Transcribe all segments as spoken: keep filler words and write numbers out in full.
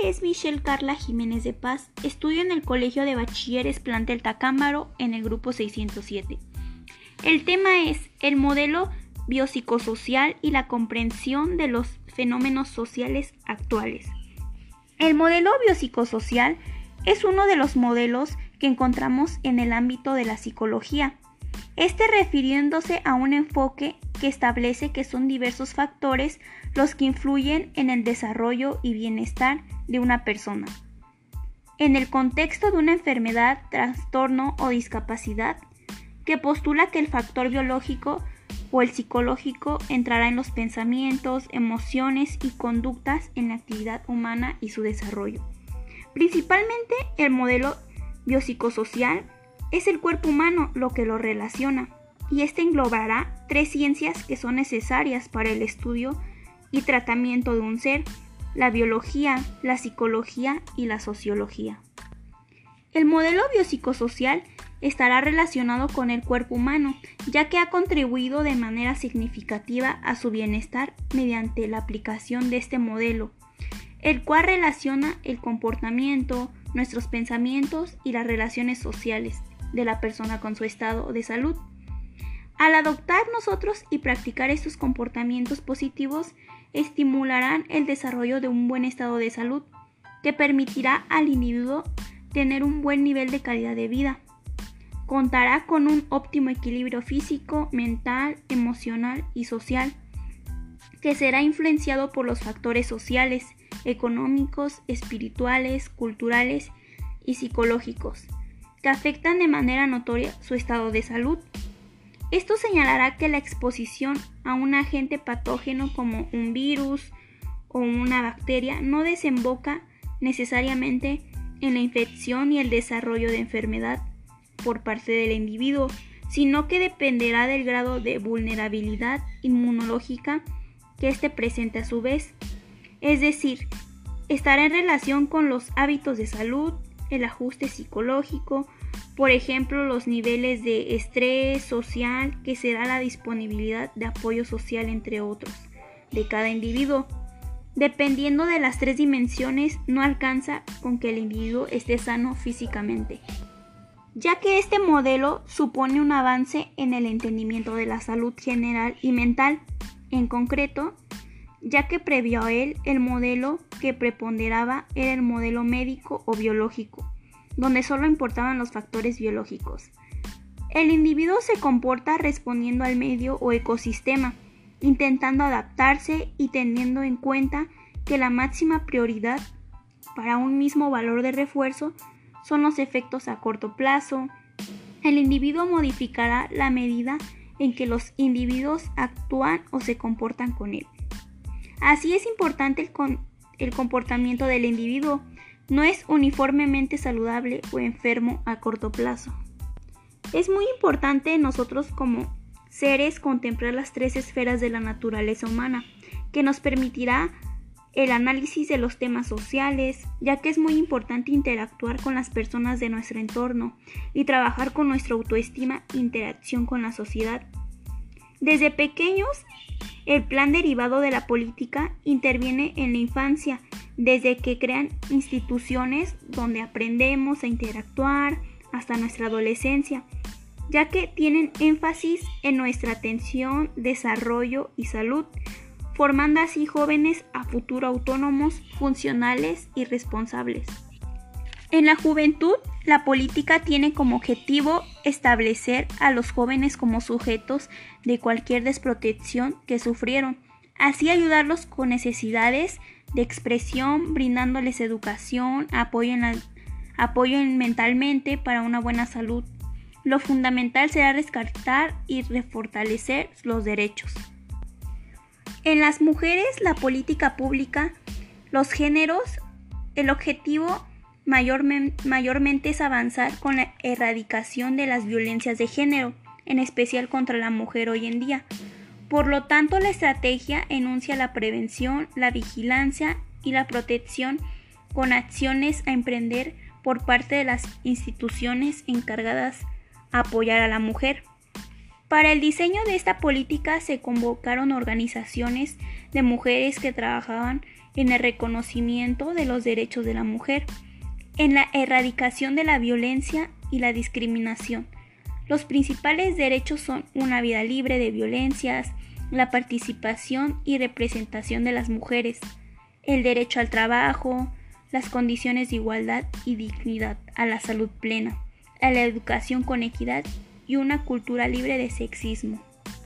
es Michelle Carla Jiménez de Paz, estudio en el Colegio de Bachilleres Plantel Tacámbaro en el grupo seiscientos siete. El tema es el modelo biopsicosocial y la comprensión de los fenómenos sociales actuales. El modelo biopsicosocial es uno de los modelos que encontramos en el ámbito de la psicología, este refiriéndose a un enfoque que establece que son diversos factores los que influyen en el desarrollo y bienestar de una persona. En el contexto de una enfermedad, trastorno o discapacidad, que postula que el factor biológico o el psicológico entrará en los pensamientos, emociones y conductas en la actividad humana y su desarrollo. Principalmente el modelo biopsicosocial es el cuerpo humano lo que lo relaciona, y este englobará tres ciencias que son necesarias para el estudio y tratamiento de un ser: la biología, la psicología y la sociología. El modelo biopsicosocial estará relacionado con el cuerpo humano, ya que ha contribuido de manera significativa a su bienestar mediante la aplicación de este modelo, el cual relaciona el comportamiento, nuestros pensamientos y las relaciones sociales de la persona con su estado de salud. Al adoptar nosotros y practicar estos comportamientos positivos, estimularán el desarrollo de un buen estado de salud, que permitirá al individuo tener un buen nivel de calidad de vida. Contará con un óptimo equilibrio físico, mental, emocional y social, que será influenciado por los factores sociales, económicos, espirituales, culturales y psicológicos, que afectan de manera notoria su estado de salud. Esto señalará que la exposición a un agente patógeno como un virus o una bacteria no desemboca necesariamente en la infección y el desarrollo de enfermedad por parte del individuo, sino que dependerá del grado de vulnerabilidad inmunológica que éste presente a su vez. Es decir, estará en relación con los hábitos de salud, el ajuste psicológico, por ejemplo, los niveles de estrés social, que será la disponibilidad de apoyo social, entre otros, de cada individuo. Dependiendo de las tres dimensiones, no alcanza con que el individuo esté sano físicamente, ya que este modelo supone un avance en el entendimiento de la salud general y mental, en concreto, ya que previo a él, el modelo que preponderaba era el modelo médico o biológico, donde solo importaban los factores biológicos. El individuo se comporta respondiendo al medio o ecosistema, intentando adaptarse y teniendo en cuenta que la máxima prioridad para un mismo valor de refuerzo son los efectos a corto plazo. El individuo modificará la medida en que los individuos actúan o se comportan con él. Así es importante el, con, el comportamiento del individuo. No es uniformemente saludable o enfermo a corto plazo. Es muy importante nosotros como seres contemplar las tres esferas de la naturaleza humana, que nos permitirá el análisis de los temas sociales, ya que es muy importante interactuar con las personas de nuestro entorno y trabajar con nuestra autoestima e interacción con la sociedad. Desde pequeños, el plan derivado de la política interviene en la infancia, desde que crean instituciones donde aprendemos a interactuar hasta nuestra adolescencia, ya que tienen énfasis en nuestra atención, desarrollo y salud, formando así jóvenes a futuro autónomos, funcionales y responsables. En la juventud, la política tiene como objetivo establecer a los jóvenes como sujetos de cualquier desprotección que sufrieron, así ayudarlos con necesidades de expresión, brindándoles educación, apoyo, en la, apoyo en mentalmente para una buena salud. Lo fundamental será rescatar y refortalecer los derechos. En las mujeres, la política pública, los géneros, el objetivo mayormente, mayormente es avanzar con la erradicación de las violencias de género, en especial contra la mujer hoy en día. Por lo tanto, la estrategia enuncia la prevención, la vigilancia y la protección con acciones a emprender por parte de las instituciones encargadas a apoyar a la mujer. Para el diseño de esta política se convocaron organizaciones de mujeres que trabajaban en el reconocimiento de los derechos de la mujer, en la erradicación de la violencia y la discriminación. Los principales derechos son una vida libre de violencias, la participación y representación de las mujeres, el derecho al trabajo, las condiciones de igualdad y dignidad, a la salud plena, a la educación con equidad y una cultura libre de sexismo.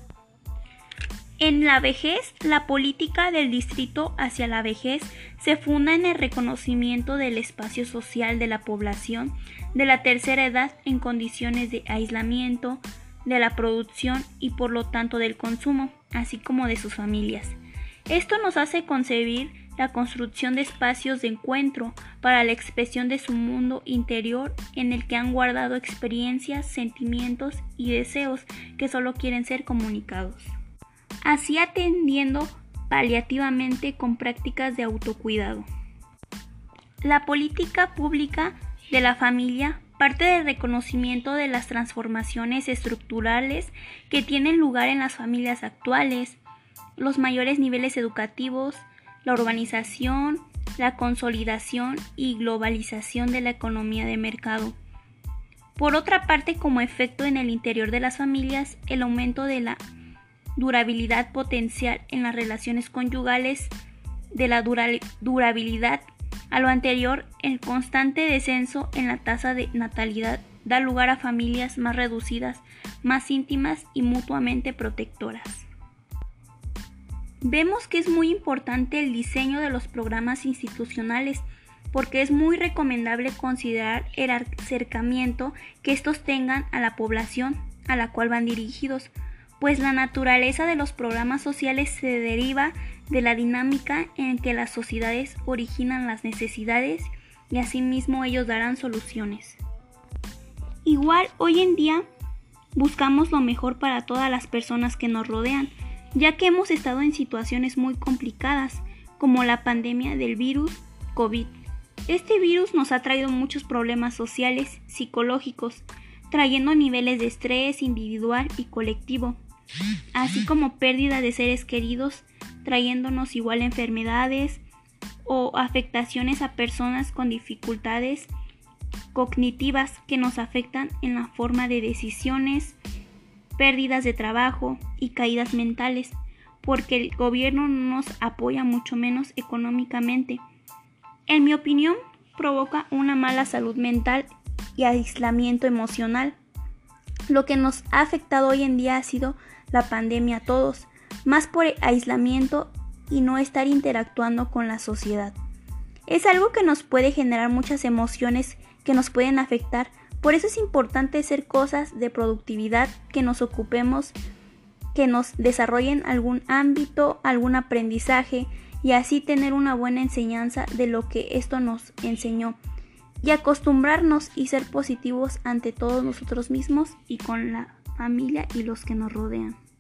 En la vejez, la política del distrito hacia la vejez se funda en el reconocimiento del espacio social de la población de la tercera edad en condiciones de aislamiento, de la producción y por lo tanto del consumo, así como de sus familias. Esto nos hace concebir la construcción de espacios de encuentro para la expresión de su mundo interior en el que han guardado experiencias, sentimientos y deseos que solo quieren ser comunicados. Así atendiendo paliativamente con prácticas de autocuidado. La política pública de la familia parte del reconocimiento de las transformaciones estructurales que tienen lugar en las familias actuales, los mayores niveles educativos, la urbanización, la consolidación y globalización de la economía de mercado. Por otra parte, como efecto en el interior de las familias, el aumento de la durabilidad potencial en las relaciones conyugales, de la dura- durabilidad. A lo anterior, el constante descenso en la tasa de natalidad da lugar a familias más reducidas, más íntimas y mutuamente protectoras. Vemos que es muy importante el diseño de los programas institucionales porque es muy recomendable considerar el acercamiento que estos tengan a la población a la cual van dirigidos, pues la naturaleza de los programas sociales se deriva de la dinámica en que las sociedades originan las necesidades y asimismo ellos darán soluciones. Igual, hoy en día buscamos lo mejor para todas las personas que nos rodean, ya que hemos estado en situaciones muy complicadas, como la pandemia del virus COVID. Este virus nos ha traído muchos problemas sociales, psicológicos, trayendo niveles de estrés individual y colectivo, así como pérdida de seres queridos, trayéndonos igual enfermedades o afectaciones a personas con dificultades cognitivas que nos afectan en la forma de decisiones, pérdidas de trabajo y caídas mentales, porque el gobierno no nos apoya mucho menos económicamente. En mi opinión, provoca una mala salud mental y aislamiento emocional. Lo que nos ha afectado hoy en día ha sido la pandemia a todos, más por el aislamiento y no estar interactuando con la sociedad. Es algo que nos puede generar muchas emociones que nos pueden afectar. Por eso es importante hacer cosas de productividad, que nos ocupemos, que nos desarrollen algún ámbito, algún aprendizaje y así tener una buena enseñanza de lo que esto nos enseñó y acostumbrarnos y ser positivos ante todos nosotros mismos y con la familia y los que nos rodean.